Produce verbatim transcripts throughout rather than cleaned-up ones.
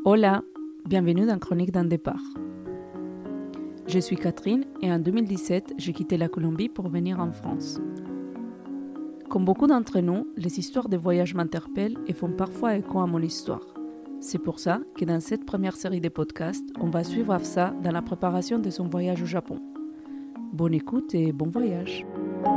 Hola, bienvenue dans Chronique d'un départ. Je suis Catherine et en deux mille dix-sept, j'ai quitté la Colombie pour venir en France. Comme beaucoup d'entre nous, les histoires de voyage m'interpellent et font parfois écho à mon histoire. C'est pour ça que dans cette première série de podcasts, on va suivre Hafsa dans la préparation de son voyage au Japon. Bonne écoute et bon voyage.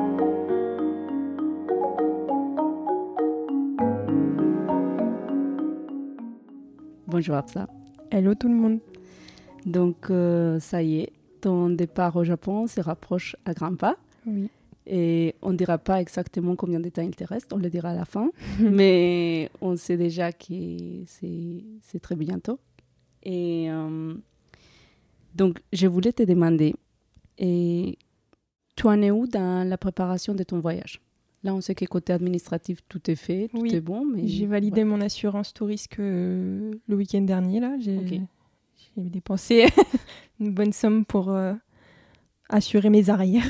Bonjour Hafsa. Hello tout le monde. Donc euh, ça y est, ton départ au Japon se rapproche à grands pas. Oui. Et on ne dira pas exactement combien de temps il te reste, on le dira à la fin. Mais on sait déjà que c'est, c'est très bientôt. Et euh, donc, je voulais te demander, et, tu en es où dans la préparation de ton voyage ? Là, on sait que côté administratif, tout est fait, tout oui. est bon. Mais j'ai validé ouais. mon assurance tout risque euh, le week-end dernier. Là. J'ai, Okay. j'ai dépensé une bonne somme pour euh, assurer mes arrières.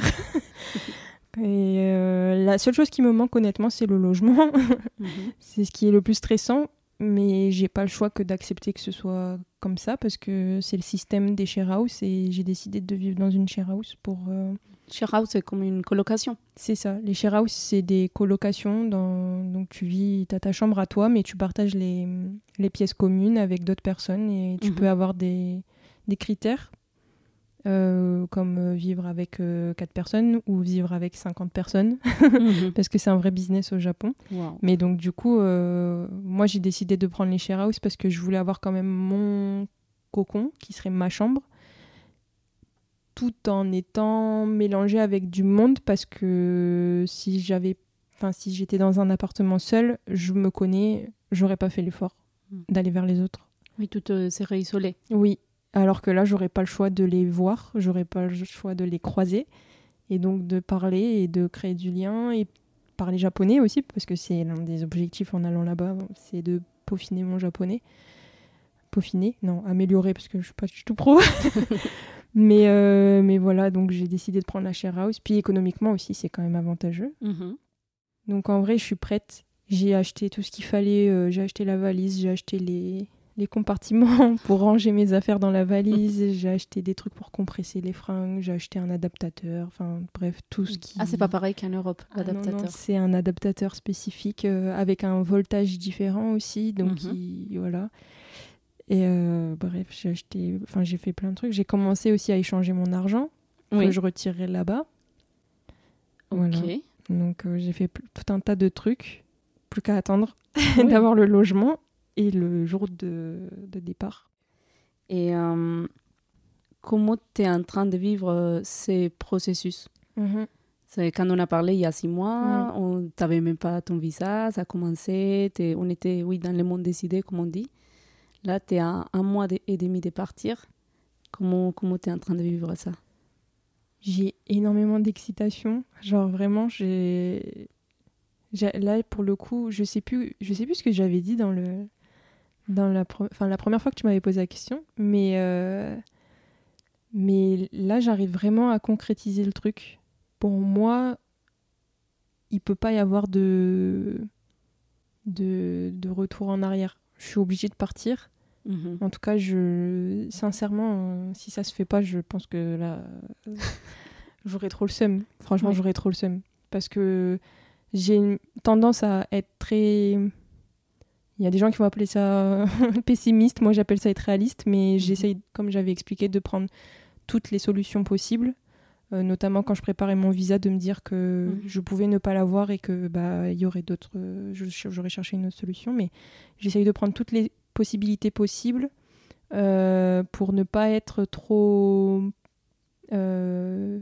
Et euh, la seule chose qui me manque honnêtement, c'est le logement. Mm-hmm. C'est ce qui est le plus stressant, mais j'ai pas le choix que d'accepter que ce soit comme ça parce que c'est le système des share house et j'ai décidé de vivre dans une share house pour... Euh... Share house, c'est comme une colocation. C'est ça. Les share house, c'est des colocations. Dans... Donc tu vis, t'as ta chambre à toi, mais tu partages les, les pièces communes avec d'autres personnes et tu mm-hmm. peux avoir des, des critères. Euh, comme vivre avec euh, quatre personnes ou vivre avec cinquante personnes mmh. parce que c'est un vrai business au Japon. Wow. Mais donc du coup, euh, moi j'ai décidé de prendre les share house parce que je voulais avoir quand même mon cocon qui serait ma chambre tout en étant mélangé avec du monde parce que si j'avais, enfin si j'étais dans un appartement seul, je me connais, j'aurais pas fait l'effort mmh. d'aller vers les autres. Oui, tout euh, serait isolé. Oui. Alors que là, j'aurais pas le choix de les voir, j'aurais pas le choix de les croiser, et donc de parler et de créer du lien, et parler japonais aussi, parce que c'est l'un des objectifs en allant là-bas, c'est de peaufiner mon japonais. Peaufiner ? Non, améliorer, parce que je suis pas du tout pro. mais, euh, mais voilà, donc j'ai décidé de prendre la share house, puis économiquement aussi, c'est quand même avantageux. Mm-hmm. Donc en vrai, je suis prête. J'ai acheté tout ce qu'il fallait, euh, j'ai acheté la valise, j'ai acheté les... les compartiments pour ranger mes affaires dans la valise, j'ai acheté des trucs pour compresser les fringues, j'ai acheté un adaptateur, enfin bref, tout ce qui... Ah, c'est pas pareil qu'en Europe, l'adaptateur. Ah, non, non, c'est un adaptateur spécifique euh, avec un voltage différent aussi, donc mm-hmm. il, voilà. Et euh, bref, j'ai acheté, enfin j'ai fait plein de trucs. J'ai commencé aussi à échanger mon argent oui. que je retirerai là-bas. Ok. Voilà. Donc euh, j'ai fait p- tout un tas de trucs, plus qu'à attendre oui. d'avoir le logement. Et le jour de, de départ. Et euh, comment tu es en train de vivre euh, ces processus mm-hmm. C'est quand on a parlé il y a six mois, mm. tu n'avais même pas ton visa, ça a commencé, on était oui, dans le monde décidé, comme on dit. Là, tu es à un mois et demi de partir. Comment comment tu es en train de vivre ça ? J'ai énormément d'excitation. Genre vraiment, j'ai... j'ai... Là, pour le coup, je ne sais plus, je sais plus ce que j'avais dit dans le... Dans la, pro... enfin, la première fois que tu m'avais posé la question, mais, euh... mais là, j'arrive vraiment à concrétiser le truc. Pour moi, il ne peut pas y avoir de... De... de retour en arrière. Je suis obligée de partir. Mm-hmm. En tout cas, je... sincèrement, si ça ne se fait pas, je pense que là, j'aurais trop le seum. Franchement, oui. j'aurais trop le seum. Parce que j'ai une tendance à être très... Il y a des gens qui vont appeler ça pessimiste, moi j'appelle ça être réaliste, mais mmh. j'essaye, comme j'avais expliqué, de prendre toutes les solutions possibles, euh, notamment quand je préparais mon visa, de me dire que mmh. je pouvais ne pas l'avoir et que bah, y aurait d'autres, euh, j'aurais cherché une autre solution, mais j'essaye de prendre toutes les possibilités possibles euh, pour ne pas être trop euh,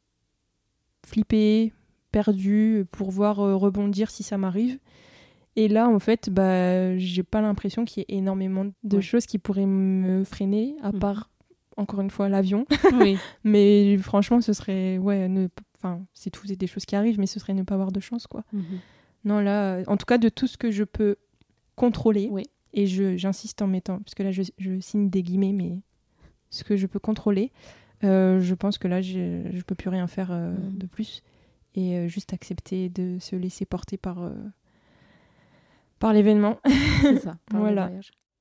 flippée, perdue, pour pouvoir euh, rebondir si ça m'arrive. Et là, en fait, bah, j'ai pas l'impression qu'il y ait énormément de ouais. choses qui pourraient me freiner, à mmh. part, encore une fois, l'avion. Oui. Mais franchement, ce serait... Ouais, ne... enfin, c'est tout, c'est des choses qui arrivent, mais ce serait ne pas avoir de chance, quoi. Mmh. Non, là, en tout cas, de tout ce que je peux contrôler, oui. et je, j'insiste en mettant... Parce que là, je, je signe des guillemets, mais ce que je peux contrôler, euh, je pense que là, je, je peux plus rien faire euh, mmh. de plus. Et euh, juste accepter de se laisser porter par... Euh, par l'événement. C'est ça, par voilà. le voyage.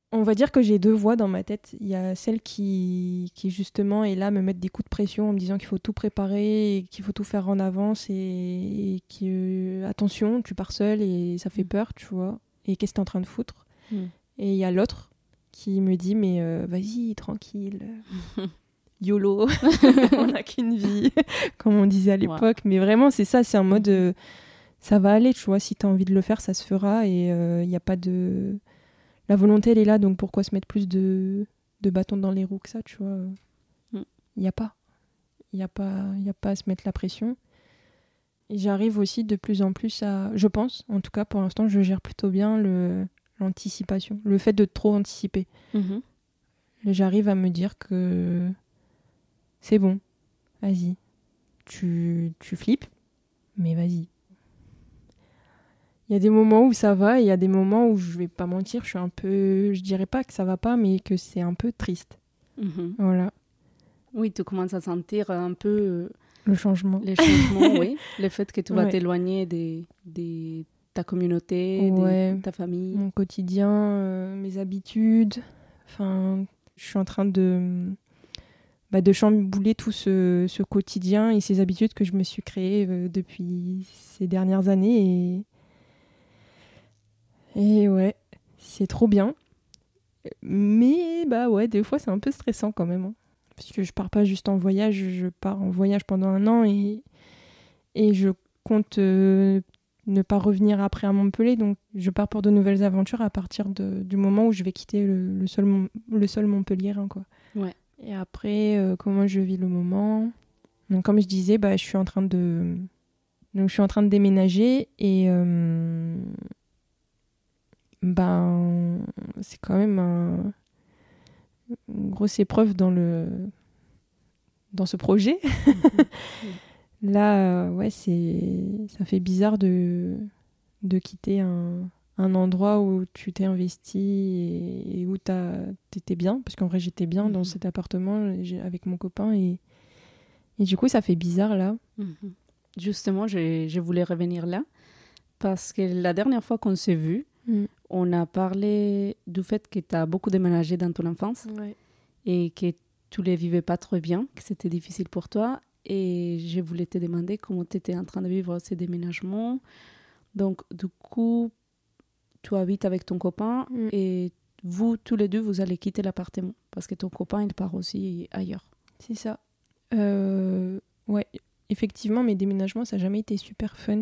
On va dire que j'ai deux voix dans ma tête. Il y a celle qui, qui justement est là, me mettre des coups de pression en me disant qu'il faut tout préparer, et qu'il faut tout faire en avance et, et que, attention, tu pars seule et ça fait Mm. peur, tu vois. Et qu'est-ce que t'es en train de foutre? Mm. Et il y a l'autre qui me dit, mais euh, vas-y, tranquille. YOLO, on n'a qu'une vie, comme on disait à l'époque. Ouais. Mais vraiment, c'est ça, c'est un mode, euh, ça va aller, tu vois. Si t'as envie de le faire, ça se fera et il euh, n'y a pas de... La volonté, elle est là, donc pourquoi se mettre plus de, de bâtons dans les roues que ça, tu vois? Il mm. n'y a pas. Il n'y a pas, il n'y a pas à se mettre la pression. Et j'arrive aussi de plus en plus à... Je pense, en tout cas, pour l'instant, je gère plutôt bien le, l'anticipation. Le fait de trop anticiper. Mm-hmm. J'arrive à me dire que c'est bon. Vas-y. Tu, tu flippes, mais vas-y. Il y a des moments où ça va et il y a des moments où, je vais pas mentir, je suis un peu... Je dirais pas que ça va pas, mais que c'est un peu triste. Mm-hmm. Voilà. Oui, tu commences à sentir un peu... Le changement. Les changements, oui. Le fait que tu vas ouais. t'éloigner de, de ta communauté, ouais. de ta famille. Mon quotidien, euh, mes habitudes. Enfin, je suis en train de... Bah, de chambouler tout ce, ce quotidien et ces habitudes que je me suis créées euh, depuis ces dernières années. Et, et ouais, c'est trop bien. Mais bah ouais, des fois c'est un peu stressant quand même. Hein. Parce que je pars pas juste en voyage, je pars en voyage pendant un an et, et je compte euh, ne pas revenir après à Montpellier. Donc je pars pour de nouvelles aventures à partir de, du moment où je vais quitter le, le, sol, le sol montpelliérain, quoi. Ouais. Et après, euh, comment je vis le moment. Donc, comme je disais, bah, je suis en train de, donc je suis en train de déménager et euh... ben c'est quand même un... une grosse épreuve dans le dans ce projet. Là, euh, ouais, c'est ça fait bizarre de de quitter un un endroit où tu t'es investi et, et où t'as, t'étais bien, parce qu'en vrai j'étais bien mmh. dans cet appartement avec mon copain et, et du coup ça fait bizarre là. Mmh. Justement, je, je voulais revenir là, parce que la dernière fois qu'on s'est vus, mmh. on a parlé du fait que tu as beaucoup déménagé dans ton enfance ouais. et que tu ne les vivais pas trop bien, que c'était difficile pour toi, et je voulais te demander comment tu étais en train de vivre ces déménagements. Donc du coup, tu habites avec ton copain mm. et vous, tous les deux, vous allez quitter l'appartement parce que ton copain, il part aussi ailleurs. C'est ça. Euh, ouais, effectivement, mes déménagements, ça n'a jamais été super fun.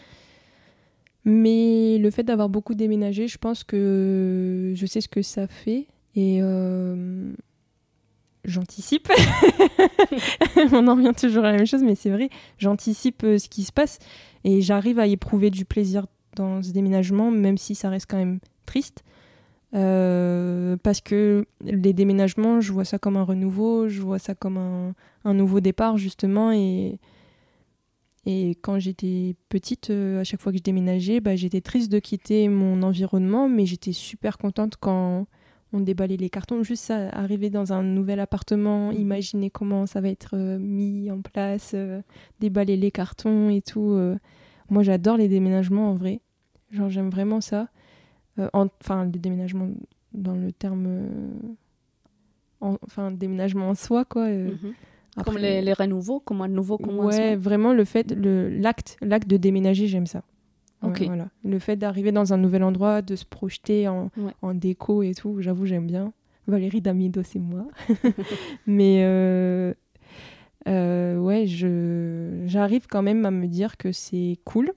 Mais le fait d'avoir beaucoup déménagé, je pense que je sais ce que ça fait et euh, j'anticipe. On en revient toujours à la même chose, mais c'est vrai, j'anticipe ce qui se passe et j'arrive à y éprouver du plaisir dans ce déménagement, même si ça reste quand même triste. Euh, parce que les déménagements, je vois ça comme un renouveau, je vois ça comme un, un nouveau départ, justement. Et, et quand j'étais petite, euh, à chaque fois que je déménageais, bah, j'étais triste de quitter mon environnement, mais j'étais super contente quand on déballait les cartons. Juste ça, arriver dans un nouvel appartement, imaginer comment ça va être euh, mis en place, euh, déballer les cartons et tout. Euh, Moi, j'adore les déménagements, en vrai. Genre, j'aime vraiment ça. Euh, en, enfin, le déménagement dans le terme... Euh, en, enfin, déménagement en soi, quoi. Euh, mm-hmm. Après, comme les, les renouveaux, comme un nouveau commencement. Ouais, vraiment, le fait... Le, l'acte, l'acte de déménager, j'aime ça. Ouais, okay. Voilà. Le fait d'arriver dans un nouvel endroit, de se projeter en, ouais. en déco et tout, j'avoue, j'aime bien. Valérie Damido, c'est moi. Mais... Euh, euh, ouais, je, j'arrive quand même à me dire que c'est cool.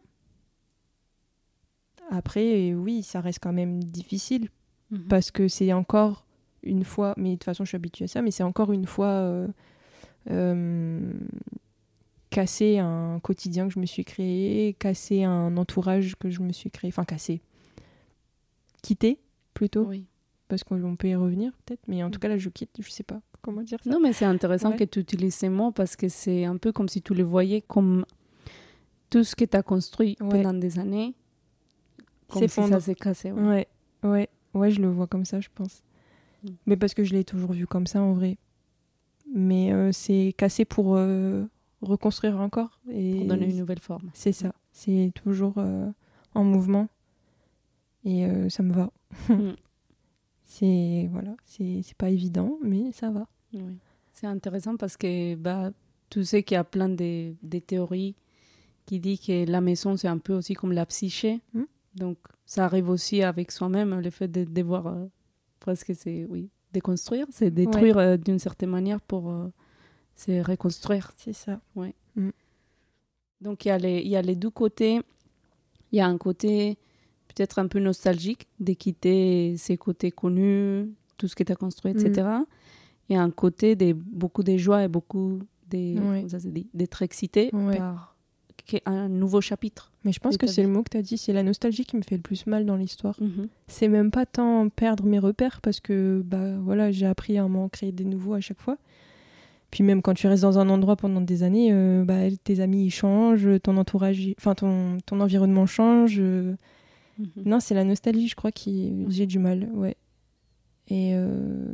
Après, oui, ça reste quand même difficile mmh. parce que c'est encore une fois, mais de toute façon je suis habituée à ça, mais c'est encore une fois euh, euh, casser un quotidien que je me suis créé, casser un entourage que je me suis créé, enfin casser, quitter plutôt, oui. parce qu'on peut y revenir peut-être, mais en tout cas là je quitte, je sais pas comment dire ça. Non, mais c'est intéressant ouais. que tu utilises ces mots parce que c'est un peu comme si tu les voyais comme tout ce que tu as construit ouais. pendant des années. Comme si ça s'est cassé. Ouais. ouais, ouais, ouais, je le vois comme ça, je pense. Mm. Mais parce que je l'ai toujours vu comme ça, en vrai. Mais euh, c'est cassé pour euh, reconstruire encore. Et pour donner une nouvelle forme. C'est ça. C'est toujours euh, en mouvement. Et euh, ça me va. Mm. C'est, voilà, c'est, c'est pas évident, mais ça va. Oui. C'est intéressant parce que bah, tu sais qu'il y a plein de, de théories qui disent que la maison, c'est un peu aussi comme la psyché. Mm. Donc, ça arrive aussi avec soi-même, le fait de devoir euh, presque, c'est, oui, déconstruire, c'est détruire ouais. euh, d'une certaine manière pour euh, se reconstruire. C'est ça. Ouais. Mm. Donc, il y a les, il y a les deux côtés. Il y a un côté peut-être un peu nostalgique de quitter ces côtés connus, tout ce que tu as construit, et cetera. Mm. Et un côté de beaucoup de joie et beaucoup de, ouais. comment ça se dit, d'être excité ouais. par un nouveau chapitre. Mais je pense que c'est vie. le mot que tu as dit, c'est la nostalgie qui me fait le plus mal dans l'histoire. Mm-hmm. C'est même pas tant perdre mes repères parce que bah, voilà, j'ai appris à m'en créer des nouveaux à chaque fois. Puis même quand tu restes dans un endroit pendant des années, euh, bah, tes amis ils changent, ton entourage, enfin ton, ton environnement change. Euh... Mm-hmm. Non, c'est la nostalgie, je crois, qui mm-hmm. j'ai du mal. Ouais. Et euh...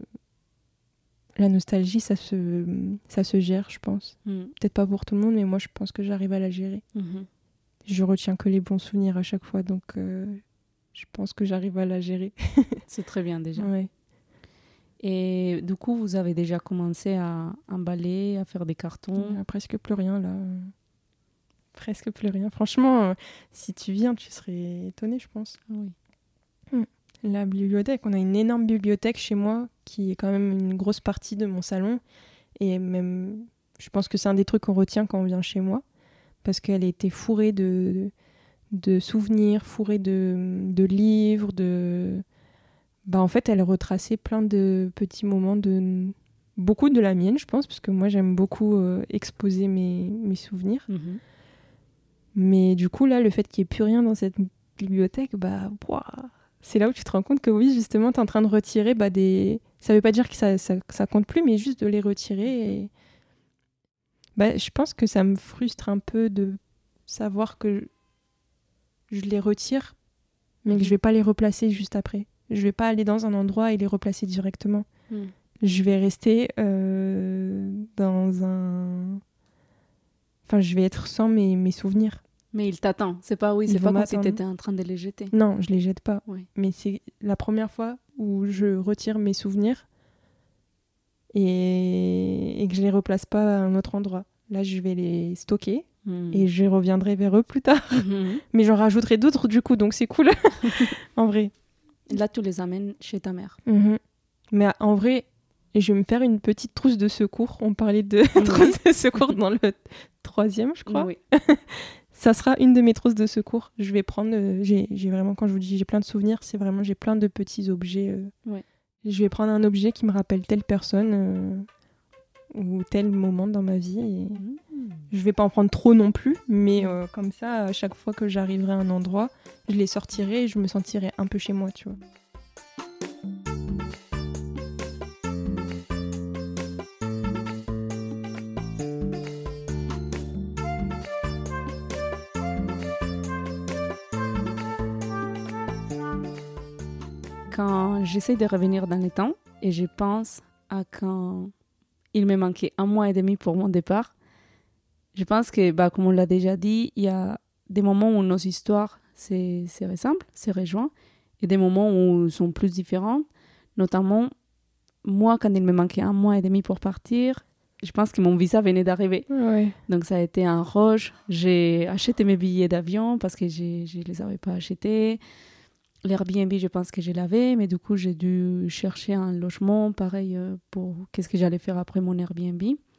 la nostalgie, ça se, ça se gère, je pense. Mm. Peut-être pas pour tout le monde, mais moi, je pense que j'arrive à la gérer. Mm-hmm. Je retiens que les bons souvenirs à chaque fois, donc euh, je pense que j'arrive à la gérer. C'est très bien déjà. Ouais. Et du coup, vous avez déjà commencé à emballer, à faire des cartons? Il n'y a presque plus rien, là. Presque plus rien. Franchement, euh, si tu viens, tu serais étonnée, je pense. Oui. Mm. La bibliothèque, on a une énorme bibliothèque chez moi qui est quand même une grosse partie de mon salon. Et même, je pense que c'est un des trucs qu'on retient quand on vient chez moi. Parce qu'elle était fourrée de, de souvenirs, fourrée de, de livres, de... Bah, en fait, elle retraçait plein de petits moments, de beaucoup de la mienne, je pense, parce que moi, j'aime beaucoup euh, exposer mes, mes souvenirs. Mm-hmm. Mais du coup, là, le fait qu'il n'y ait plus rien dans cette bibliothèque, bah, ouah, c'est là où tu te rends compte que oui, justement, tu es en train de retirer bah, des... Ça ne veut pas dire que ça, ça, ça compte plus, mais juste de les retirer et... Bah, je pense que ça me frustre un peu de savoir que je les retire, mais que je ne vais pas les replacer juste après. Je ne vais pas aller dans un endroit et les replacer directement. Mm. Je vais rester euh, dans un... Enfin, je vais être sans mes, mes souvenirs. Mais il t'attend. C'est pas, oui, c'est pas comme si tu étais en train de les jeter. Non, je les jette pas. Oui. Mais c'est la première fois où je retire mes souvenirs et, et que je les replace pas à un autre endroit. Là, je vais les stocker mmh. et je reviendrai vers eux plus tard. Mmh. Mais j'en rajouterai d'autres du coup, donc c'est cool. En vrai. Là, tu les amènes chez ta mère. Mmh. Mais en vrai, je vais me faire une petite trousse de secours. On parlait de oui. trousse de secours dans le troisième, je crois. Oui. Ça sera une de mes trousses de secours. Je vais prendre... Euh, j'ai, j'ai vraiment, quand je vous dis j'ai plein de souvenirs, c'est vraiment, j'ai plein de petits objets. Euh, ouais. Je vais prendre un objet qui me rappelle telle personne euh, ou tel moment dans ma vie. Et mmh. Je vais pas en prendre trop non plus, mais euh, comme ça, à chaque fois que j'arriverai à un endroit, je les sortirai et je me sentirai un peu chez moi, tu vois. Quand j'essaie de revenir dans le temps et je pense à quand il me manquait un mois et demi pour mon départ, je pense que, bah, comme on l'a déjà dit, il y a des moments où nos histoires se, se ressemblent, se rejoignent, et des moments où elles sont plus différentes. Notamment, moi, quand il me manquait un mois et demi pour partir, je pense que mon visa venait d'arriver. Ouais. Donc ça a été un rush. J'ai acheté mes billets d'avion parce que je ne les avais pas achetés. L'Airbnb, je pense que je l'avais, mais du coup, j'ai dû chercher un logement, pareil, pour qu'est-ce que j'allais faire après mon Airbnb.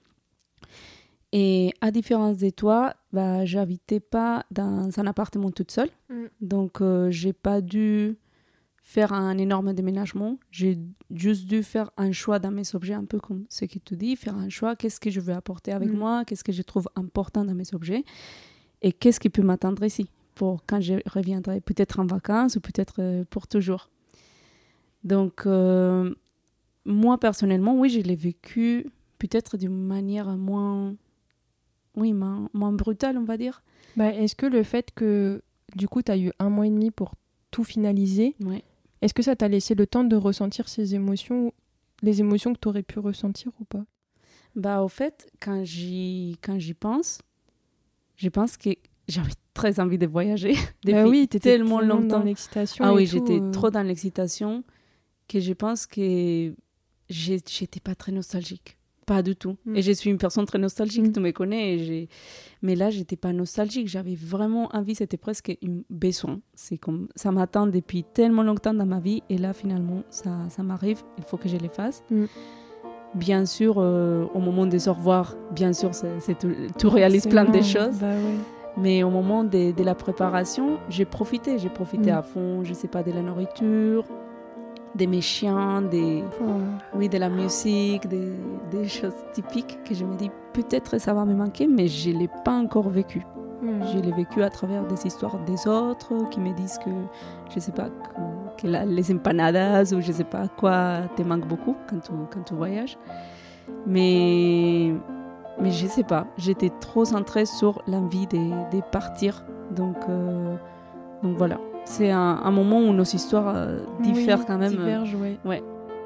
Et à différence de toi, bah, je n'habitais pas dans un appartement toute seule. Mm. Donc, euh, je n'ai pas dû faire un énorme déménagement. J'ai juste dû faire un choix dans mes objets, un peu comme ce que tu dis, faire un choix, qu'est-ce que je veux apporter avec mm. moi, qu'est-ce que je trouve important dans mes objets, et qu'est-ce qui peut m'attendre ici, pour quand je reviendrai, peut-être en vacances ou peut-être pour toujours. Donc, euh, moi, personnellement, oui, je l'ai vécu peut-être d'une manière moins, oui, moins, moins brutale, on va dire. Bah, est-ce que le fait que, du coup, tu as eu un mois et demi pour tout finaliser, ouais. Est-ce que ça t'a laissé le temps de ressentir ces émotions, les émotions que tu aurais pu ressentir ou pas ? Bah, au fait, quand j'y, quand j'y pense, je pense que j'avais très envie de voyager depuis bah oui, tellement longtemps. Dans l'excitation ah et oui, tout, j'étais euh... trop dans l'excitation. que je pense que j'ai, j'étais pas très nostalgique. Pas du tout. Mm. Et je suis une personne très nostalgique, mm. tu me connais. Et j'ai... Mais là, j'étais pas nostalgique. J'avais vraiment envie. C'était presque un besoin. C'est comme... Ça m'attend depuis tellement longtemps dans ma vie. Et là, finalement, ça, ça m'arrive. Il faut que je le fasse. Mm. Bien sûr, euh, au moment des au revoir, bien sûr, c'est, c'est tout, tu réalises plein de choses. Bah ouais. Mais au moment de, de la préparation, j'ai profité. J'ai profité mm. à fond, je sais pas, de la nourriture, de mes chiens, des, oh. oui, de la musique, des, des choses typiques que je me dis peut-être ça va me manquer, mais je ne l'ai pas encore vécu. Mm. Je l'ai vécu à travers des histoires des autres qui me disent que, je ne sais pas, que, que la, les empanadas ou je ne sais pas quoi te manque beaucoup quand tu, quand tu voyages. Mais, mais je ne sais pas, j'étais trop centrée sur l'envie de, de partir. Donc, euh, donc voilà. C'est un, un moment où nos histoires euh, diffèrent oui, quand même. Divergent, ouais. ouais.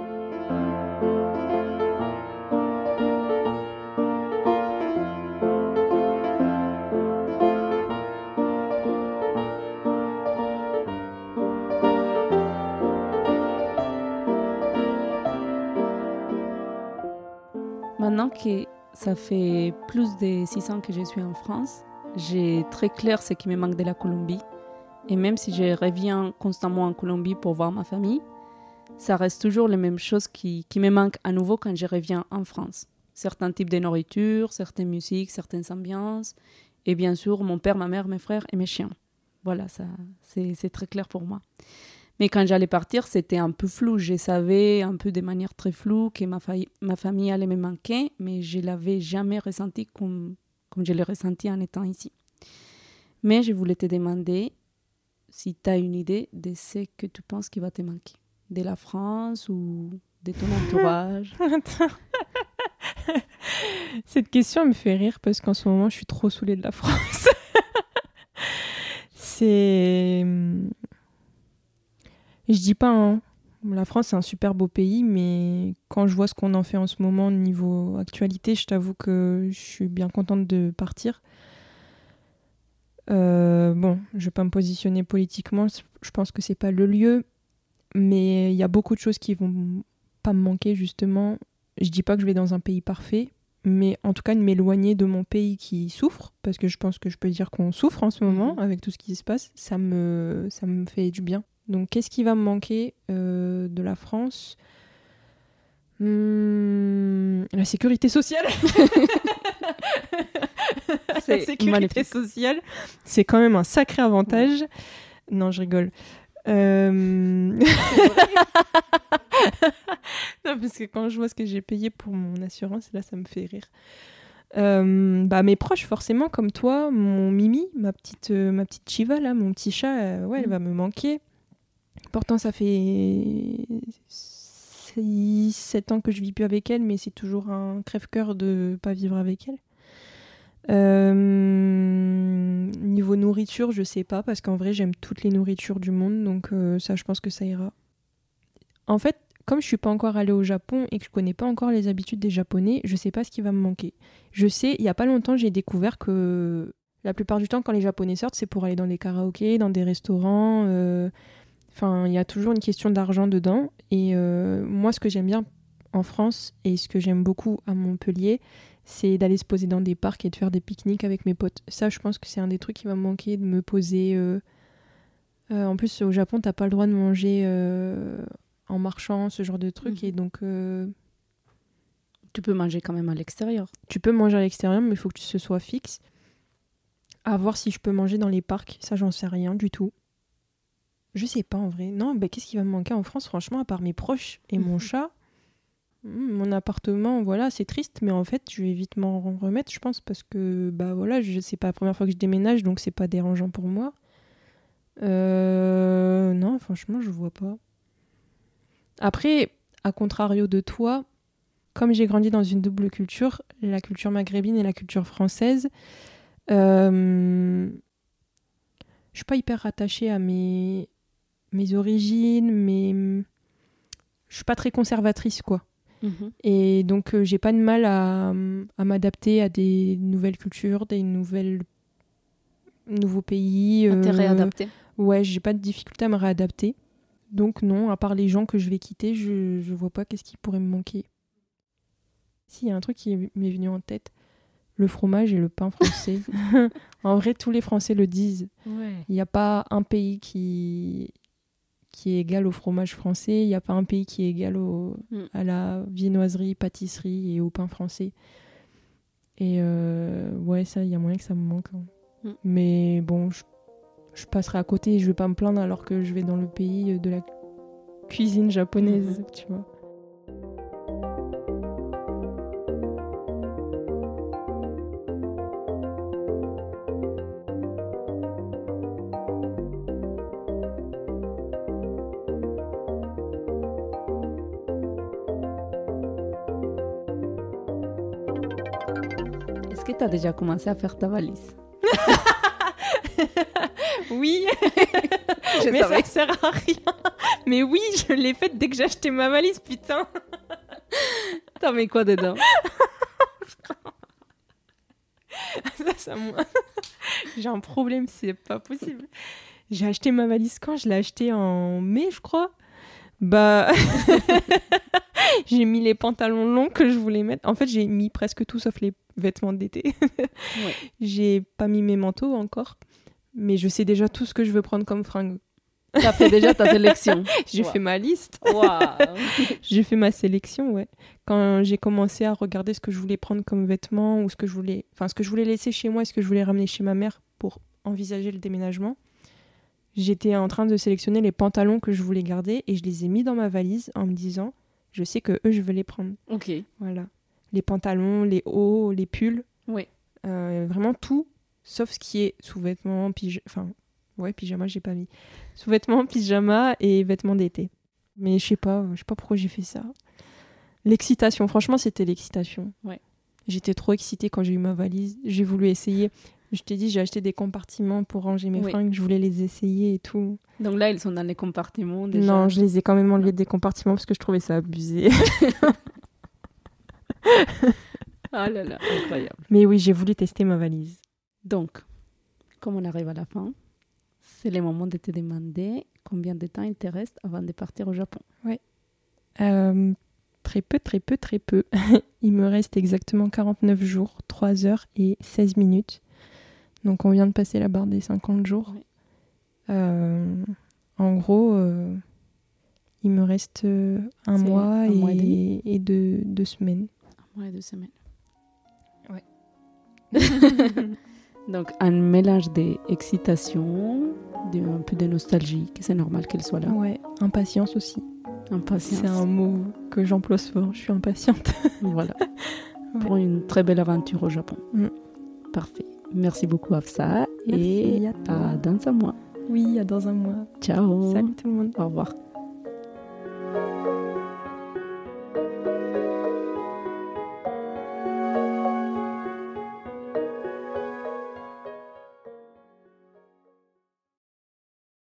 Maintenant que ça fait plus de six ans que je suis en France, j'ai très clair ce qui me manque de la Colombie. Et même si je reviens constamment en Colombie pour voir ma famille, ça reste toujours les mêmes choses qui, qui me manquent à nouveau quand je reviens en France. Certains types de nourriture, certaines musiques, certaines ambiances. Et bien sûr, mon père, ma mère, mes frères et mes chiens. Voilà, ça, c'est, c'est très clair pour moi. Mais quand j'allais partir, c'était un peu flou. Je savais un peu de manière très floue que ma, fa- ma famille allait me manquer, mais je ne l'avais jamais ressenti comme, comme je l'ai ressenti en étant ici. Mais je voulais te demander si tu as une idée de ce que tu penses qui va te manquer. De la France ou de ton entourage. Cette question me fait rire parce qu'en ce moment, je suis trop saoulée de la France. C'est... Je dis pas, hein. La France, c'est un super beau pays, mais quand je vois ce qu'on en fait en ce moment niveau actualité, je t'avoue que je suis bien contente de partir. Euh, bon, je vais pas me positionner politiquement, je pense que c'est pas le lieu, mais il y a beaucoup de choses qui vont pas me manquer justement. Je dis pas que je vais dans un pays parfait, mais en tout cas de m'éloigner de mon pays qui souffre, parce que je pense que je peux dire qu'on souffre en ce moment mmh. avec tout ce qui se passe, ça me, ça me fait du bien. Donc qu'est-ce qui va me manquer euh, de la France ? Hum, La sécurité sociale. C'est la sécurité magnifique. Sociale, c'est quand même un sacré avantage. Ouais. Non, je rigole. Euh... non, parce que quand je vois ce que j'ai payé pour mon assurance, là, ça me fait rire. Euh, bah, mes proches, forcément, comme toi, mon Mimi, ma petite, euh, ma petite Chiva, là, mon petit chat, euh, ouais, mmh. elle va me manquer. Pourtant, ça fait six sept ans que je vis plus avec elle, mais c'est toujours un crève-cœur de pas vivre avec elle. Euh, niveau nourriture, je sais pas, parce qu'en vrai, j'aime toutes les nourritures du monde, donc euh, ça, je pense que ça ira. En fait, comme je suis pas encore allée au Japon et que je connais pas encore les habitudes des Japonais, je sais pas ce qui va me manquer. Je sais, il y a pas longtemps, j'ai découvert que la plupart du temps, quand les Japonais sortent, c'est pour aller dans des karaokés, dans des restaurants. Euh... Enfin, il y a toujours une question d'argent dedans. Et euh, moi, ce que j'aime bien en France et ce que j'aime beaucoup à Montpellier, c'est d'aller se poser dans des parcs et de faire des pique-niques avec mes potes. Ça, je pense que c'est un des trucs qui va me manquer, de me poser... Euh... Euh, en plus, au Japon, t'as pas le droit de manger euh, en marchant, ce genre de trucs. Mmh. Et donc... Euh... Tu peux manger quand même à l'extérieur. Tu peux manger à l'extérieur, mais il faut que ce soit fixe. À voir si je peux manger dans les parcs. Ça, j'en sais rien du tout. Je sais pas, en vrai. Non, bah, qu'est-ce qui va me manquer en France, franchement, à part mes proches et mmh. mon chat ? Mon appartement, voilà, c'est triste, mais en fait, je vais vite m'en remettre, je pense, parce que, bah voilà, je, c'est pas la première fois que je déménage, donc c'est pas dérangeant pour moi. Euh... Non, franchement, je vois pas. Après, à contrario de toi, comme j'ai grandi dans une double culture, la culture maghrébine et la culture française, euh... je suis pas hyper rattachée à mes, mes origines, mais je suis pas très conservatrice, quoi. Mmh. Et donc euh, j'ai pas de mal à, à m'adapter à des nouvelles cultures, des nouvelles nouveaux pays. Euh, à te réadapter. Ouais, j'ai pas de difficulté à me réadapter. Donc non, à part les gens que je vais quitter, je, je vois pas qu'est-ce qui pourrait me manquer. Si, il y a un truc qui m'est venu en tête, le fromage et le pain français. En vrai, tous les Français le disent. Ouais. Il n'y a pas un pays qui, qui est égal au fromage français, il n'y a pas un pays qui est égal au, Mm. à la viennoiserie, pâtisserie et au pain français. Et euh, ouais, ça, il y a moyen que ça me manque. hein. Mm. Mais bon, je, je passerai à côté et je vais pas me plaindre alors que je vais dans le pays de la cuisine japonaise, Mhm. tu vois. Est-ce que tu as déjà commencé à faire ta valise? Oui, Je mais savais. ça sert à rien. Mais oui, je l'ai faite dès que j'ai acheté ma valise, putain. T'as mis quoi dedans? Ça, ça m'a- J'ai un problème, c'est pas possible. J'ai acheté ma valise quand? Je l'ai achetée en mai, je crois. Bah, j'ai mis les pantalons longs que je voulais mettre. En fait, j'ai mis presque tout sauf les vêtements d'été. Ouais. J'ai pas mis mes manteaux encore, mais je sais déjà tout ce que je veux prendre comme fringue. T'as fait déjà ta sélection. J'ai Wow. fait ma liste. Waouh. J'ai fait ma sélection, ouais. Quand j'ai commencé à regarder ce que je voulais prendre comme vêtements ou ce que je voulais, enfin ce que je voulais laisser chez moi et ce que je voulais ramener chez ma mère pour envisager le déménagement, j'étais en train de sélectionner les pantalons que je voulais garder et je les ai mis dans ma valise en me disant, je sais que eux, je veux les prendre. Ok. Voilà. Les pantalons, les hauts, les pulls, Oui. euh, vraiment tout, sauf ce qui est sous-vêtements, pyjama, enfin, ouais, pyjama, j'ai pas mis. Sous-vêtements, pyjama et vêtements d'été. Mais je sais pas, je sais pas pourquoi j'ai fait ça. L'excitation, franchement, c'était l'excitation. Ouais. J'étais trop excitée quand j'ai eu ma valise. J'ai voulu essayer. Je t'ai dit, j'ai acheté des compartiments pour ranger mes Oui. fringues. Je voulais les essayer et tout. Donc là, ils sont dans les compartiments déjà. Non, je les ai quand même enlevés des compartiments parce que je trouvais ça abusé. Ah là là, incroyable. Mais oui, j'ai voulu tester ma valise. Donc, comme on arrive à la fin, c'est le moment de te demander combien de temps il te reste avant de partir au Japon. Euh, très peu, très peu, très peu. Il me reste exactement quarante-neuf jours, trois heures et seize minutes. Donc on vient de passer la barre des cinquante jours. Oui. Euh, en gros, euh, il me reste euh, un C'est mois, un et, mois et demi. et deux, deux semaines. Un mois et deux semaines. Ouais. Donc, un mélange d'excitation, de, un peu de nostalgie, que c'est normal qu'elle soit là. Ouais, impatience aussi. Impatience. C'est un mot que j'emploie souvent. Je suis impatiente. Voilà. Ouais. Pour une très belle aventure au Japon. Mm. Parfait. Merci beaucoup, Hafsa. Merci Et à toi. à dans un mois. Oui, à dans un mois. Ciao. Salut tout le monde. Au revoir.